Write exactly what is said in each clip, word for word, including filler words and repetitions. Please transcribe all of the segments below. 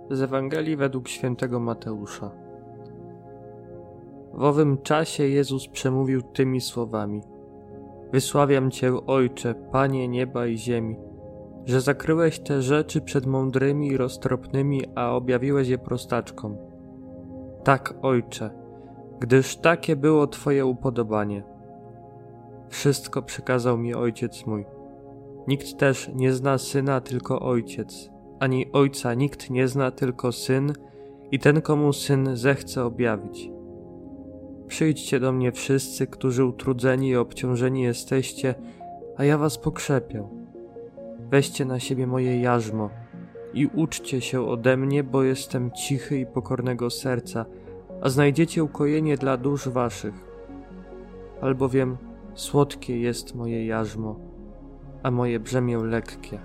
Z Ewangelii według świętego Mateusza. W owym czasie Jezus przemówił tymi słowami: Wysławiam Cię, Ojcze, Panie nieba i ziemi, że zakryłeś te rzeczy przed mądrymi i roztropnymi, a objawiłeś je prostaczkom. Tak, Ojcze, gdyż takie było Twoje upodobanie. Wszystko przekazał mi Ojciec mój. Nikt też nie zna Syna, tylko Ojciec, ani Ojca nikt nie zna, tylko Syn i ten, komu Syn zechce objawić. Przyjdźcie do mnie wszyscy, którzy utrudzeni i obciążeni jesteście, a ja was pokrzepię. Weźcie na siebie moje jarzmo i uczcie się ode mnie, bo jestem cichy i pokornego serca, a znajdziecie ukojenie dla dusz waszych. Albowiem słodkie jest moje jarzmo, a moje brzemię lekkie.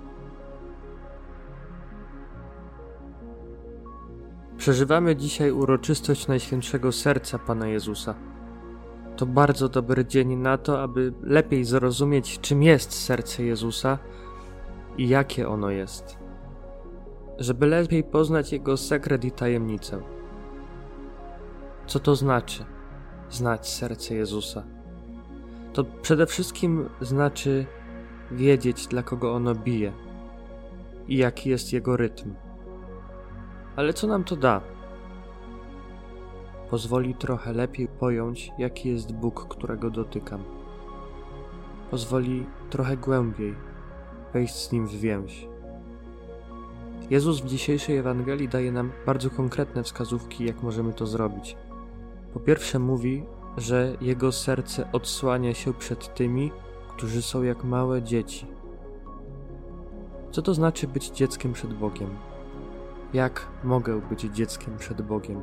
Przeżywamy dzisiaj uroczystość Najświętszego Serca Pana Jezusa. To bardzo dobry dzień na to, aby lepiej zrozumieć, czym jest serce Jezusa i jakie ono jest. Żeby lepiej poznać Jego sekret i tajemnicę. Co to znaczy znać serce Jezusa? To przede wszystkim znaczy wiedzieć, dla kogo ono bije i jaki jest jego rytm. Ale co nam to da? Pozwoli trochę lepiej pojąć, jaki jest Bóg, którego dotykam. Pozwoli trochę głębiej wejść z Nim w więź. Jezus w dzisiejszej Ewangelii daje nam bardzo konkretne wskazówki, jak możemy to zrobić. Po pierwsze mówi, że Jego serce odsłania się przed tymi, którzy są jak małe dzieci. Co to znaczy być dzieckiem przed Bogiem? Jak mogę być dzieckiem przed Bogiem?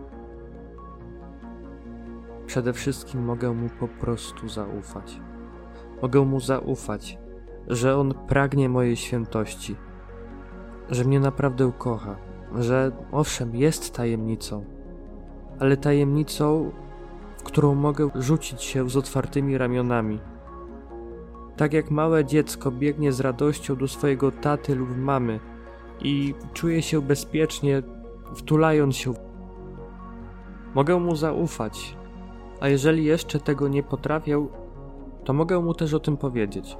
Przede wszystkim mogę Mu po prostu zaufać. Mogę Mu zaufać, że On pragnie mojej świętości, że mnie naprawdę kocha, że owszem, jest tajemnicą, ale tajemnicą, w którą mogę rzucić się z otwartymi ramionami. Tak jak małe dziecko biegnie z radością do swojego taty lub mamy i czuje się bezpiecznie, wtulając się. Mogę Mu zaufać, a jeżeli jeszcze tego nie potrafię, to mogę Mu też o tym powiedzieć.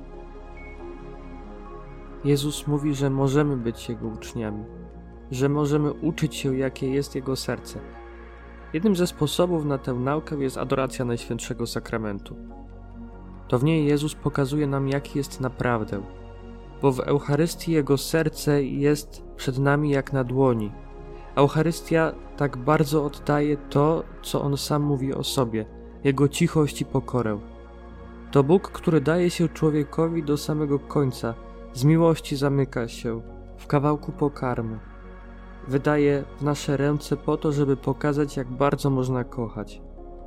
Jezus mówi, że możemy być Jego uczniami, że możemy uczyć się, jakie jest Jego serce. Jednym ze sposobów na tę naukę jest adoracja Najświętszego Sakramentu. To w niej Jezus pokazuje nam, jaki jest naprawdę, bo w Eucharystii Jego serce jest przed nami jak na dłoni. Eucharystia tak bardzo oddaje to, co On sam mówi o sobie, Jego cichość i pokorę. To Bóg, który daje się człowiekowi do samego końca, z miłości zamyka się w kawałku pokarmu. Wydaje w nasze ręce po to, żeby pokazać, jak bardzo można kochać.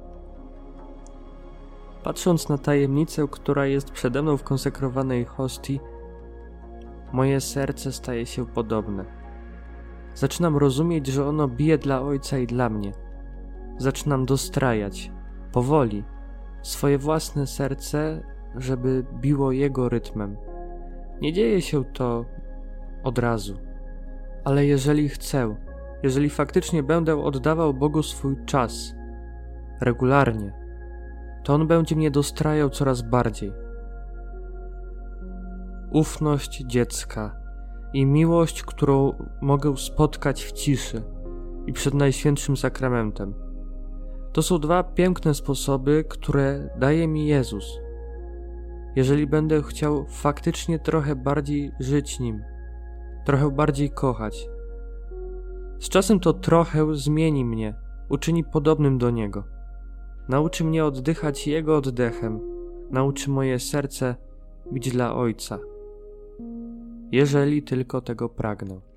Patrząc na tajemnicę, która jest przede mną w konsekrowanej hostii, moje serce staje się podobne. Zaczynam rozumieć, że ono bije dla Ojca i dla mnie. Zaczynam dostrajać, powoli, swoje własne serce, żeby biło Jego rytmem. Nie dzieje się to od razu, ale jeżeli chcę, jeżeli faktycznie będę oddawał Bogu swój czas, regularnie, to On będzie mnie dostrajał coraz bardziej. Ufność dziecka i miłość, którą mogę spotkać w ciszy i przed Najświętszym Sakramentem. To są dwa piękne sposoby, które daje mi Jezus. Jeżeli będę chciał faktycznie trochę bardziej żyć Nim, trochę bardziej kochać. Z czasem to trochę zmieni mnie, uczyni podobnym do Niego. Nauczy mnie oddychać Jego oddechem, nauczy moje serce bić dla Ojca. Jeżeli tylko tego pragnę.